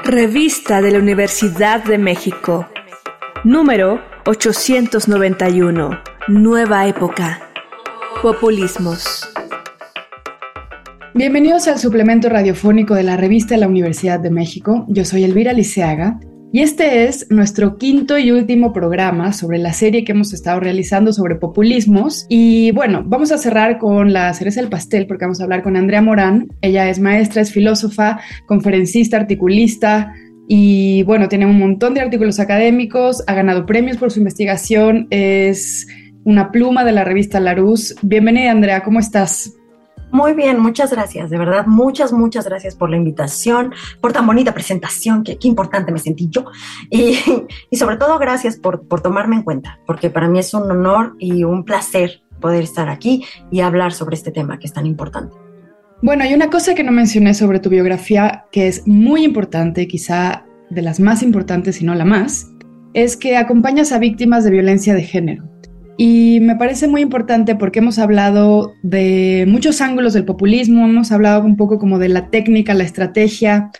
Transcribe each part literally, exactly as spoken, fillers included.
Revista de la Universidad de México. Número ochocientos noventa y uno. Nueva época. Populismos. Bienvenidos al suplemento radiofónico de la Revista de la Universidad de México. Yo soy Elvira Liceaga y este es nuestro quinto y último programa sobre la serie que hemos estado realizando sobre populismos. Y bueno, vamos a cerrar con la cereza del pastel porque vamos a hablar con Andrea Morán. Ella es maestra, es filósofa, conferencista, articulista y bueno, tiene un montón de artículos académicos, ha ganado premios por su investigación, es una pluma de la revista Larousse. Bienvenida, Andrea, ¿cómo estás? Muy bien, muchas gracias, de verdad, muchas, muchas gracias por la invitación, por tan bonita presentación, que qué importante me sentí yo, y, y sobre todo gracias por, por tomarme en cuenta, porque para mí es un honor y un placer poder estar aquí y hablar sobre este tema que es tan importante. Bueno, hay una cosa que no mencioné sobre tu biografía que es muy importante, quizá de las más importantes, si no la más, es que acompañas a víctimas de violencia de género. Y me parece muy importante porque hemos hablado de muchos ángulos del populismo, hemos hablado un poco como de la técnica, la estrategia,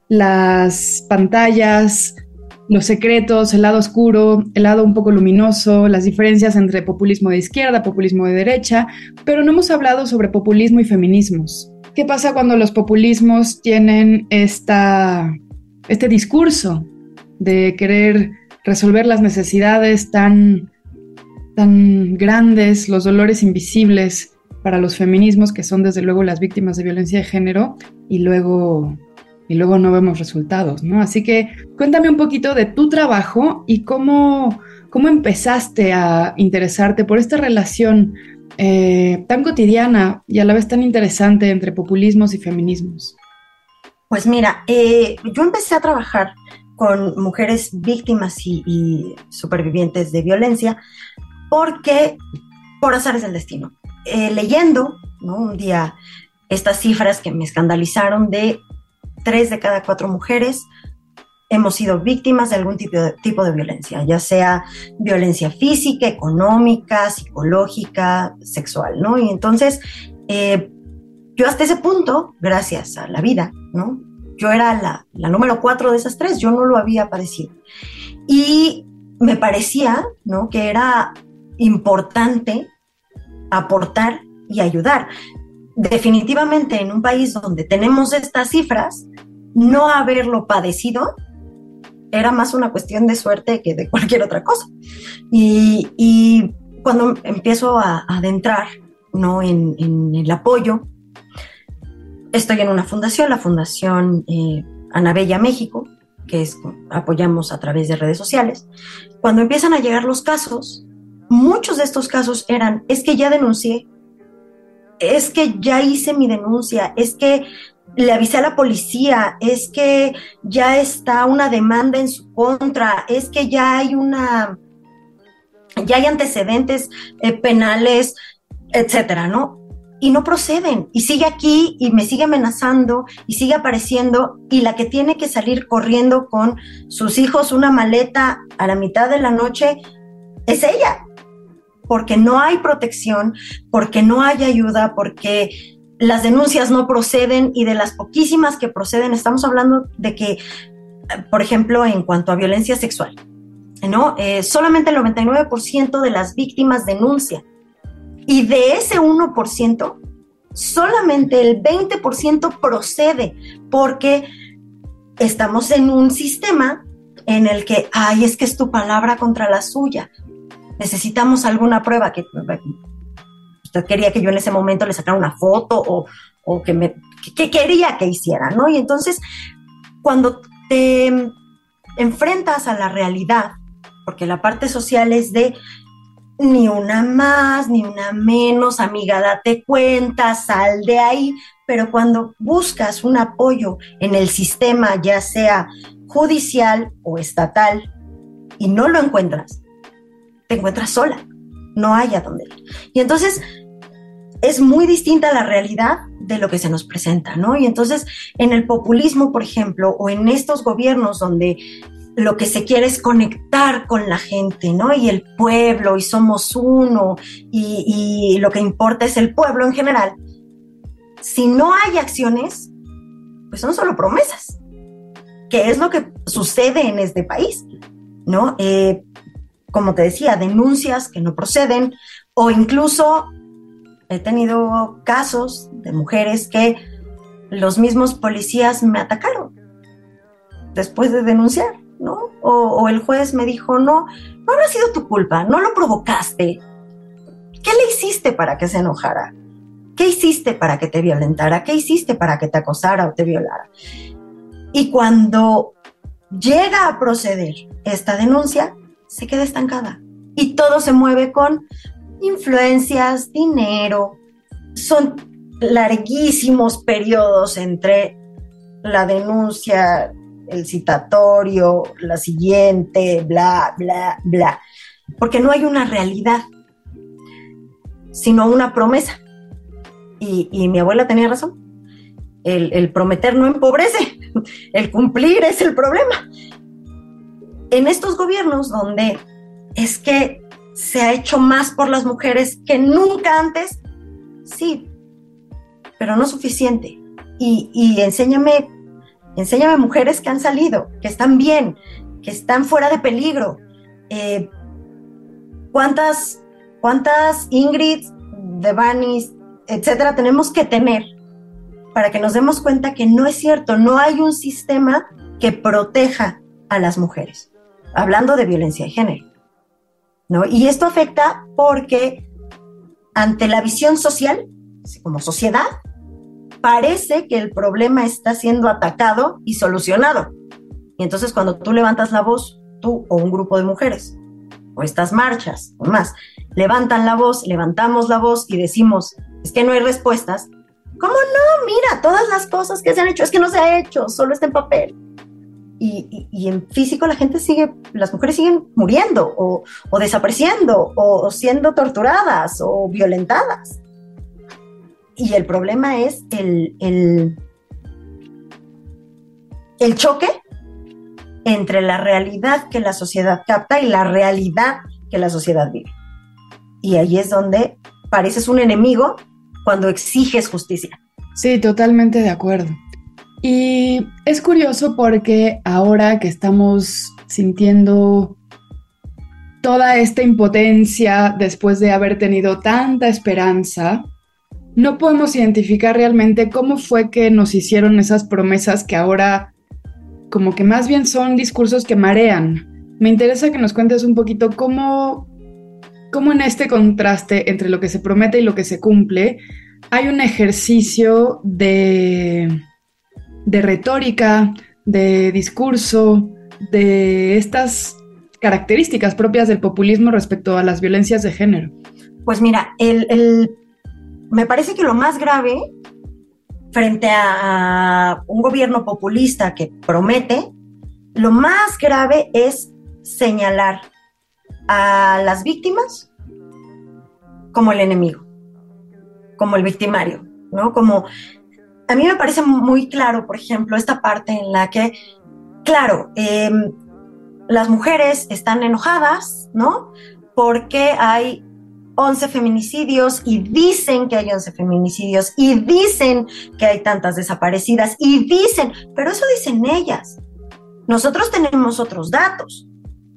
las pantallas, los secretos, el lado oscuro, el lado un poco luminoso, las diferencias entre populismo de izquierda, populismo de derecha, pero no hemos hablado sobre populismo y feminismos. ¿Qué pasa cuando los populismos tienen esta, este discurso de querer resolver las necesidades tan... tan grandes, los dolores invisibles para los feminismos, que son desde luego las víctimas de violencia de género, y luego, y luego no vemos resultados, ¿no? Así que cuéntame un poquito de tu trabajo y cómo, cómo empezaste a interesarte por esta relación eh, tan cotidiana y a la vez tan interesante entre populismos y feminismos. Pues mira, eh, yo empecé a trabajar con mujeres víctimas y, y supervivientes de violencia porque por azares del destino. Eh, leyendo, ¿no? Un día estas cifras que me escandalizaron de tres de cada cuatro mujeres hemos sido víctimas de algún tipo de, tipo de violencia, ya sea violencia física, económica, psicológica, sexual, ¿no? Y entonces, eh, yo hasta ese punto, gracias a la vida, ¿no? Yo era la, la número cuatro de esas tres, yo no lo había padecido. Y me parecía, ¿no? Que era importante aportar y ayudar. Definitivamente en un país donde tenemos estas cifras, no haberlo padecido era más una cuestión de suerte que de cualquier otra cosa. Y, y cuando empiezo a, a adentrar, ¿no? en, en el apoyo, estoy en una fundación, la Fundación eh, Ana Bella México, que es, apoyamos a través de redes sociales. Cuando empiezan a llegar los casos, muchos de estos casos eran, es que ya denuncié, es que ya hice mi denuncia, es que le avisé a la policía, es que ya está una demanda en su contra, es que ya hay una, ya hay antecedentes eh, penales, etcétera, ¿no? Y no proceden, y sigue aquí, y me sigue amenazando, y sigue apareciendo, y la que tiene que salir corriendo con sus hijos, una maleta a la mitad de la noche, es ella. Porque no hay protección, porque no hay ayuda, porque las denuncias no proceden y de las poquísimas que proceden, estamos hablando de que, por ejemplo, en cuanto a violencia sexual, ¿no? Eh, solamente el noventa y nueve por ciento de las víctimas denuncian y de ese uno por ciento, solamente el veinte por ciento procede porque estamos en un sistema en el que, ay, es que es tu palabra contra la suya. Necesitamos alguna prueba, que usted quería que yo en ese momento le sacara una foto o, o que, me, que, que quería que hiciera, ¿no? Y entonces, cuando te enfrentas a la realidad, porque la parte social es de ni una más, ni una menos, amiga, date cuenta, sal de ahí, pero cuando buscas un apoyo en el sistema, ya sea judicial o estatal, y no lo encuentras, te encuentras sola, no hay a dónde ir. Y entonces es muy distinta la realidad de lo que se nos presenta, ¿no? Y entonces en el populismo, por ejemplo, o en estos gobiernos donde lo que se quiere es conectar con la gente, ¿no? Y el pueblo, y somos uno, y, y lo que importa es el pueblo en general. Si no hay acciones, pues son solo promesas. que es lo que sucede en este país, ¿no? Eh, como te decía, denuncias que no proceden, o incluso he tenido casos de mujeres que los mismos policías me atacaron después de denunciar, ¿no? O, o el juez me dijo, no, no habrá sido tu culpa, no lo provocaste. ¿Qué le hiciste para que se enojara? ¿Qué hiciste para que te violentara? ¿Qué hiciste para que te acosara o te violara? Y cuando llega a proceder esta denuncia, se queda estancada. Y todo se mueve con influencias, dinero. Son larguísimos periodos entre la denuncia, el citatorio, la siguiente, bla, bla, bla. Porque no hay una realidad, sino una promesa. Y, y mi abuela tenía razón. El, el prometer no empobrece, el cumplir es el problema. En estos gobiernos donde es que se ha hecho más por las mujeres que nunca antes, sí, pero no suficiente. Y, y enséñame, enséñame mujeres que han salido, que están bien, que están fuera de peligro. Eh, ¿Cuántas, cuántas Ingrid, Devanis, etcétera, tenemos que tener para que nos demos cuenta que no es cierto, no hay un sistema que proteja a las mujeres, hablando de violencia de género, ¿no? Y esto afecta porque ante la visión social, como sociedad, parece que el problema está siendo atacado y solucionado. Y entonces cuando tú levantas la voz, tú o un grupo de mujeres, o estas marchas, o más, levantan la voz, levantamos la voz y decimos, es que no hay respuestas. ¿Cómo no? Mira, todas las cosas que se han hecho, es que no se ha hecho, solo está en papel. Y, y, y en físico la gente sigue, las mujeres siguen muriendo, o, o desapareciendo, o, o siendo torturadas, o violentadas. Y el problema es el, el, el choque entre la realidad que la sociedad capta y la realidad que la sociedad vive. Y ahí es donde pareces un enemigo cuando exiges justicia. Sí, totalmente de acuerdo. Y es curioso porque ahora que estamos sintiendo toda esta impotencia después de haber tenido tanta esperanza, no podemos identificar realmente cómo fue que nos hicieron esas promesas que ahora como que más bien son discursos que marean. Me interesa que nos cuentes un poquito cómo, cómo en este contraste entre lo que se promete y lo que se cumple hay un ejercicio de, de retórica, de discurso, de estas características propias del populismo respecto a las violencias de género. Pues mira, el, el, me parece que lo más grave frente a un gobierno populista que promete, lo más grave es señalar a las víctimas como el enemigo, como el victimario, ¿no? Como, a mí me parece muy claro, por ejemplo, esta parte en la que, claro, eh, las mujeres están enojadas, ¿no? Porque hay once feminicidios y dicen que hay once feminicidios y dicen que hay tantas desaparecidas y dicen, pero eso dicen ellas. Nosotros tenemos otros datos,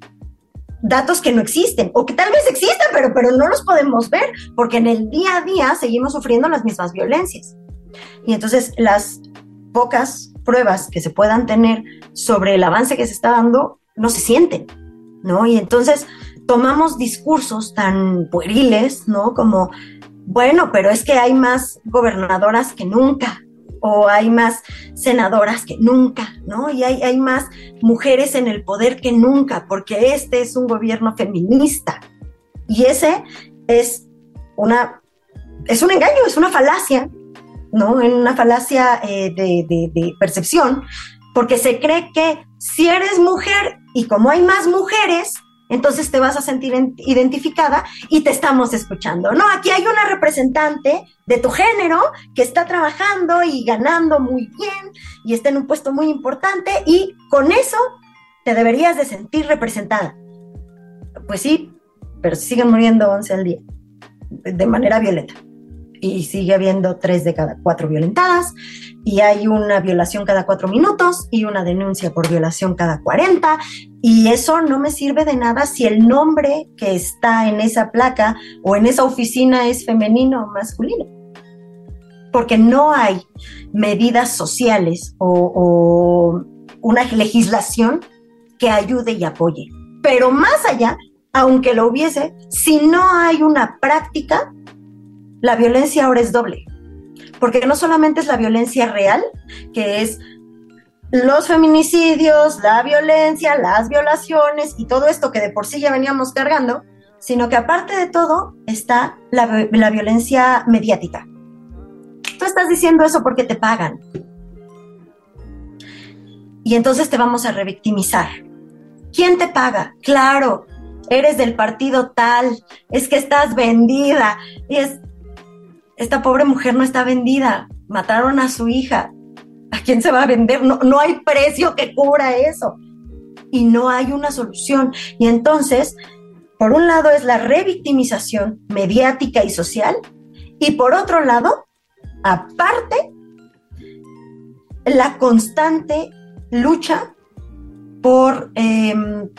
datos que no existen o que tal vez existen, pero, pero no los podemos ver porque en el día a día seguimos sufriendo las mismas violencias. Y entonces las pocas pruebas que se puedan tener sobre el avance que se está dando no se sienten, ¿no? Y entonces tomamos discursos tan pueriles, ¿no? Como, bueno, pero es que hay más gobernadoras que nunca, o hay más senadoras que nunca, ¿no? Y hay, hay más mujeres en el poder que nunca, porque este es un gobierno feminista. Y ese es una, es un engaño, es una falacia, ¿no? En una falacia eh, de, de, de percepción, porque se cree que si eres mujer y como hay más mujeres, entonces te vas a sentir identificada y te estamos escuchando. No, aquí hay una representante de tu género que está trabajando y ganando muy bien y está en un puesto muy importante y con eso te deberías de sentir representada. Pues sí, pero siguen muriendo once al día de manera violenta. Y sigue habiendo tres de cada cuatro violentadas, y hay una violación cada cuatro minutos y una denuncia por violación cada cuarenta, y eso no me sirve de nada si el nombre que está en esa placa o en esa oficina es femenino o masculino. Porque no hay medidas sociales o, o una legislación que ayude y apoye. Pero más allá, aunque lo hubiese, si no hay una práctica, la violencia ahora es doble. Porque no solamente es la violencia real, que es los feminicidios, la violencia, las violaciones y todo esto que de por sí ya veníamos cargando, sino que aparte de todo está la, la violencia mediática. Tú estás diciendo eso porque te pagan. Y entonces te vamos a revictimizar. ¿Quién te paga? Claro, eres del partido tal, es que estás vendida. Y es, esta pobre mujer no está vendida, mataron a su hija. ¿A quién se va a vender? No, no hay precio que cubra eso. Y no hay una solución. Y entonces, por un lado es la revictimización mediática y social, y por otro lado, aparte, la constante lucha por eh,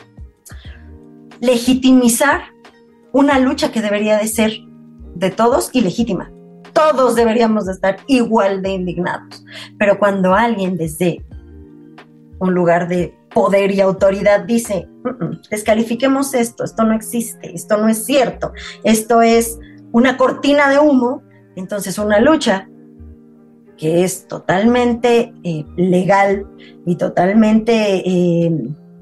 legitimizar una lucha que debería de ser de todos y legítima. Todos deberíamos de estar igual de indignados, pero cuando alguien desde un lugar de poder y autoridad dice, descalifiquemos esto, esto no existe, esto no es cierto, esto es una cortina de humo, entonces una lucha que es totalmente eh, legal y totalmente eh,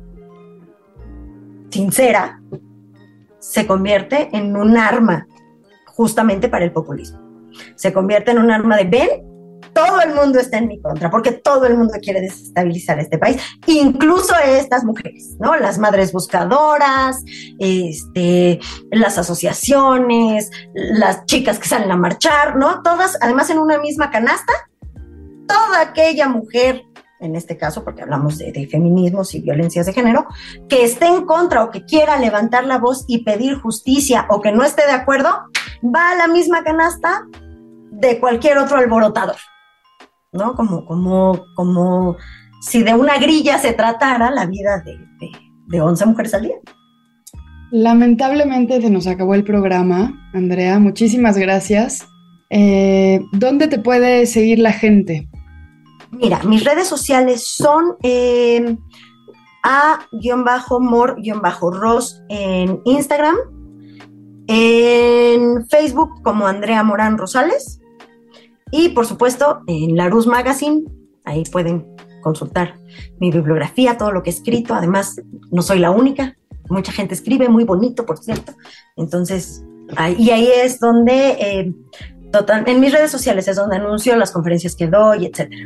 sincera, se convierte en un arma justamente para el populismo. Se convierte en un arma de, ven, todo el mundo está en mi contra, porque todo el mundo quiere desestabilizar este país, incluso estas mujeres, ¿no? Las madres buscadoras, este, las asociaciones, las chicas que salen a marchar, ¿no? Todas, además en una misma canasta, toda aquella mujer, en este caso, porque hablamos de, de feminismos y violencias de género, que esté en contra o que quiera levantar la voz y pedir justicia o que no esté de acuerdo, va a la misma canasta de cualquier otro alborotador, ¿no? Como, como, como si de una grilla se tratara la vida de, de, de once mujeres al día. Lamentablemente se nos acabó el programa, Andrea, muchísimas gracias. Eh, ¿Dónde te puede seguir la gente? Mira, mis redes sociales son eh, a-mor-ros en Instagram, en Facebook como Andrea Morán Rosales y por supuesto en Larousse Magazine, ahí pueden consultar mi bibliografía, todo lo que he escrito, además no soy la única, mucha gente escribe, muy bonito por cierto, entonces ahí, y ahí es donde, eh, total, en mis redes sociales es donde anuncio las conferencias que doy, etcétera.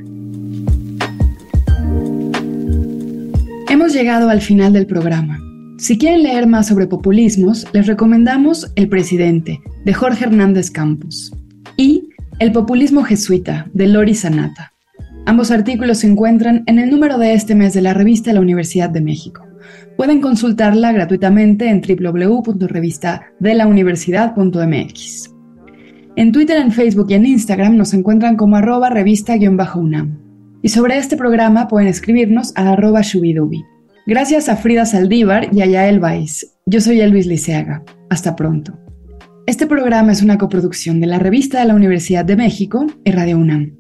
Hemos llegado al final del programa. Si quieren leer más sobre populismos, les recomendamos El Presidente, de Jorge Hernández Campos, y El Populismo Jesuita, de Lori Sanata. Ambos artículos se encuentran en el número de este mes de la revista de la Universidad de México. Pueden consultarla gratuitamente en doble u doble u doble u punto revista de la universidad punto m x. En Twitter, en Facebook y en Instagram nos encuentran como arroba revista-unam. Y sobre este programa pueden escribirnos a arroba shubidubi. Gracias a Frida Saldívar y a Yael Baiz. Yo soy Elvis Liceaga. Hasta pronto. Este programa es una coproducción de la Revista de la Universidad de México y Radio UNAM.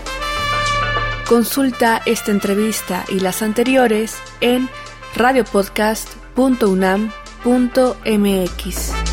Consulta esta entrevista y las anteriores en radiopodcast punto unam punto m x.